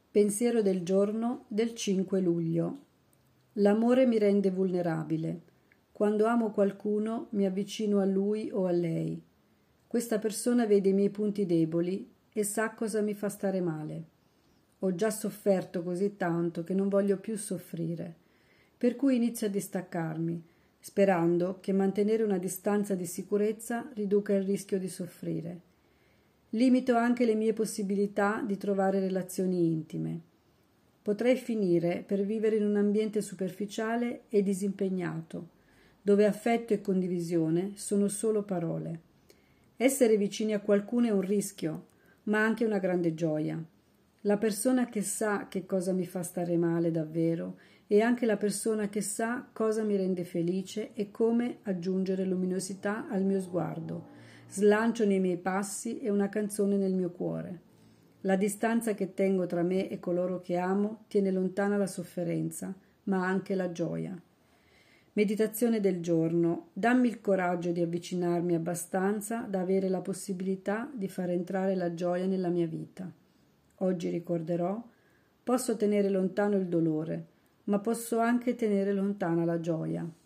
Pensiero del giorno del 5 luglio. L'amore mi rende vulnerabile. Quando amo qualcuno mi avvicino a lui o a lei. Questa persona vede i miei punti deboli e sa cosa mi fa stare male. Ho già sofferto così tanto che non voglio più soffrire, per cui inizio a distaccarmi, sperando che mantenere una distanza di sicurezza riduca il rischio di soffrire. Limito anche le mie possibilità di trovare relazioni intime. Potrei finire per vivere in un ambiente superficiale e disimpegnato, dove affetto e condivisione sono solo parole. Essere vicini a qualcuno è un rischio, ma anche una grande gioia. La persona che sa che cosa mi fa stare male davvero e anche la persona che sa cosa mi rende felice e come aggiungere luminosità al mio sguardo, slancio nei miei passi e una canzone nel mio cuore. La distanza che tengo tra me e coloro che amo tiene lontana la sofferenza, ma anche la gioia. Meditazione del giorno. Dammi il coraggio di avvicinarmi abbastanza da avere la possibilità di far entrare la gioia nella mia vita. Oggi ricorderò: posso tenere lontano il dolore, ma posso anche tenere lontana la gioia.